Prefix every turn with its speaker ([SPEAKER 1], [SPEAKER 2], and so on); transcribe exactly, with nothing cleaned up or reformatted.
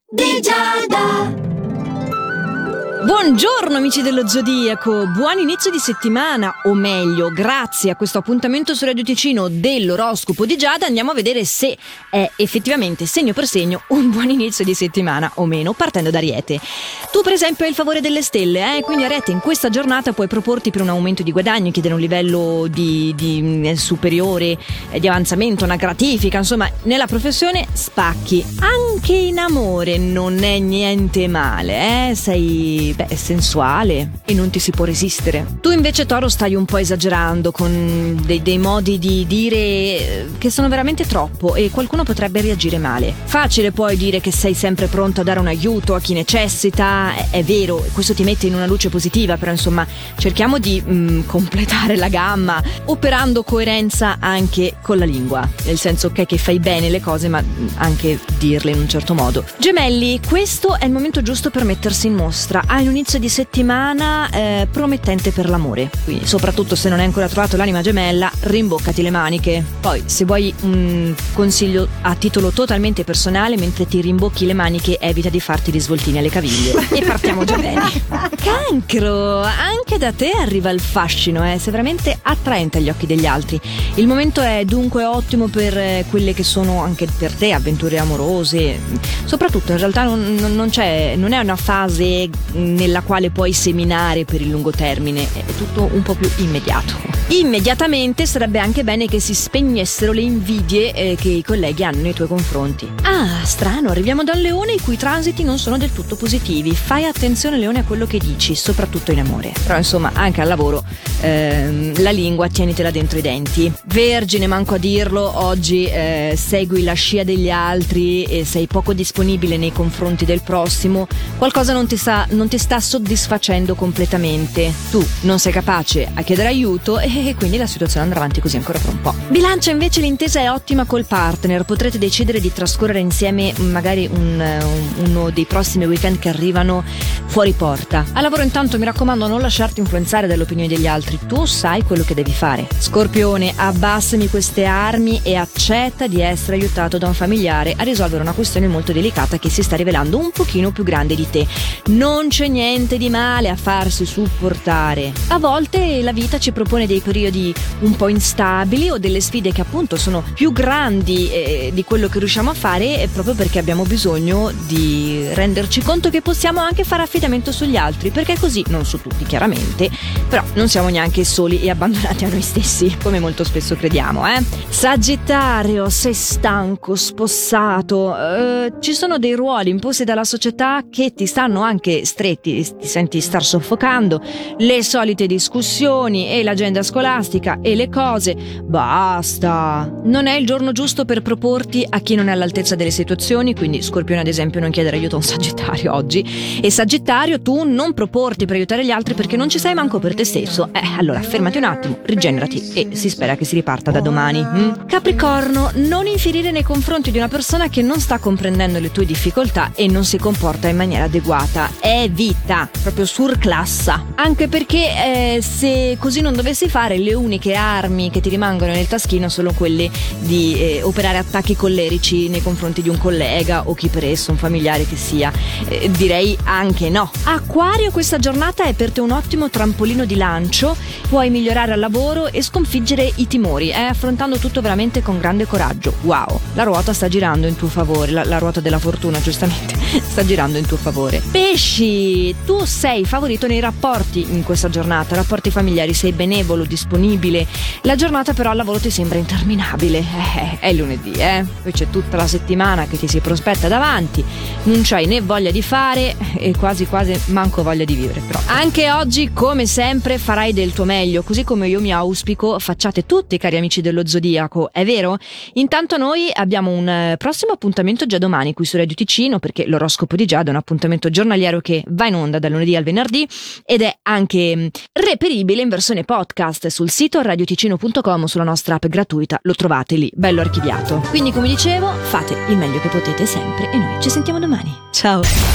[SPEAKER 1] di Giada.
[SPEAKER 2] Buongiorno amici dello Zodiaco, buon inizio di settimana, o meglio, grazie a questo appuntamento su Radio Ticino dell'oroscopo di Giada andiamo a vedere se è effettivamente segno per segno un buon inizio di settimana o meno, partendo da Ariete. Tu per esempio hai il favore delle stelle, eh? quindi Ariete in questa giornata puoi proporti per un aumento di guadagno, chiedere un livello di, di eh, superiore, eh, di avanzamento, una gratifica, insomma nella professione spacchi, anche in amore non è niente male, eh? sei... Beh, è sensuale e non ti si può resistere. Tu invece Toro stai un po' esagerando con dei, dei modi di dire che sono veramente troppo e qualcuno potrebbe reagire male. Facile poi dire che sei sempre pronto a dare un aiuto a chi necessita, è, è vero, questo ti mette in una luce positiva, però insomma cerchiamo di mh, completare la gamma operando coerenza anche con la lingua, nel senso che, che fai bene le cose ma anche dirle in un certo modo. Gemelli, questo è il momento giusto per mettersi in mostra. Hai un inizio di settimana eh, promettente per l'amore, quindi soprattutto se non hai ancora trovato l'anima gemella rimboccati le maniche. Poi se vuoi un consiglio a titolo totalmente personale, mentre ti rimbocchi le maniche evita di farti gli svoltini alle caviglie e partiamo già bene. Cancro, anche da te arriva il fascino, eh? sei veramente attraente agli occhi degli altri. Il momento è dunque ottimo per eh, quelle che sono anche per te avventure amorose, soprattutto in realtà non, non, non c'è, non è una fase nella quale puoi seminare per il lungo termine, è tutto un po' più immediato. Immediatamente sarebbe anche bene che si spegnessero le invidie eh, che i colleghi hanno nei tuoi confronti. Ah, strano, arriviamo da un leone i cui transiti non sono del tutto positivi. Fai attenzione leone a quello che dici, soprattutto in amore. Però insomma anche al lavoro ehm, la lingua tienitela dentro i denti. Vergine, manco a dirlo, oggi eh, segui la scia degli altri e sei poco disponibile nei confronti del prossimo. Qualcosa non ti sta, non ti sta soddisfacendo completamente. Tu non sei capace a chiedere aiuto e e quindi la situazione andrà avanti così ancora per un po'. Bilancia, invece l'intesa è ottima col partner, potrete decidere di trascorrere insieme magari un, un, uno dei prossimi weekend che arrivano fuori porta. Al lavoro intanto mi raccomando non lasciarti influenzare dalle opinioni degli altri, tu sai quello che devi fare. Scorpione, abbassami queste armi e accetta di essere aiutato da un familiare a risolvere una questione molto delicata che si sta rivelando un pochino più grande di te. Non c'è niente di male a farsi supportare. A volte la vita ci propone dei periodi un po' instabili o delle sfide che appunto sono più grandi eh, di quello che riusciamo a fare, eh, proprio perché abbiamo bisogno di renderci conto che possiamo anche fare affidamento sugli altri, perché così, non su tutti chiaramente, però non siamo neanche soli e abbandonati a noi stessi come molto spesso crediamo. eh. Sagittario, sei stanco, spossato, eh, ci sono dei ruoli imposti dalla società che ti stanno anche stretti, ti senti star soffocando, le solite discussioni e l'agenda scolastica e le cose, basta. Non è il giorno giusto per proporti a chi non è all'altezza delle situazioni, quindi Scorpione ad esempio non chiedere aiuto a un Sagittario oggi, e Sagittario tu non proporti per aiutare gli altri perché non ci sei manco per te stesso. Eh, allora fermati un attimo, rigenerati e si spera che si riparta da domani. mm? Capricorno, non infierire nei confronti di una persona che non sta comprendendo le tue difficoltà e non si comporta in maniera adeguata. Evita, proprio surclassa, anche perché eh, se così non dovessi fare, le uniche armi che ti rimangono nel taschino sono quelle di eh, operare attacchi collerici nei confronti di un collega o chi per esso, un familiare che sia. Eh, direi anche no. Acquario, questa giornata è per te un ottimo trampolino di lancio, puoi migliorare al lavoro e sconfiggere i timori, eh, affrontando tutto veramente con grande coraggio. Wow, la ruota sta girando in tuo favore, la, la ruota della fortuna giustamente sta girando in tuo favore. Pesci, tu sei favorito nei rapporti in questa giornata, rapporti familiari, sei benevolo, disponibile. La giornata però al lavoro ti sembra interminabile. Eh, è lunedì, eh. Poi c'è tutta la settimana che ti si prospetta davanti. Non c'hai né voglia di fare e quasi quasi manco voglia di vivere. Però anche oggi, come sempre, farai del tuo meglio, così come io mi auspico facciate tutti, cari amici dello Zodiaco, è vero? Intanto noi abbiamo un prossimo appuntamento già domani qui su Radio Ticino, perché l'oroscopo di Giada è un appuntamento giornaliero che va in onda dal lunedì al venerdì ed è anche reperibile in versione podcast sul sito radioticino punto com, sulla nostra app gratuita, lo trovate lì, bello archiviato. Quindi, come dicevo, fate il meglio che potete sempre e noi ci sentiamo domani. Ciao!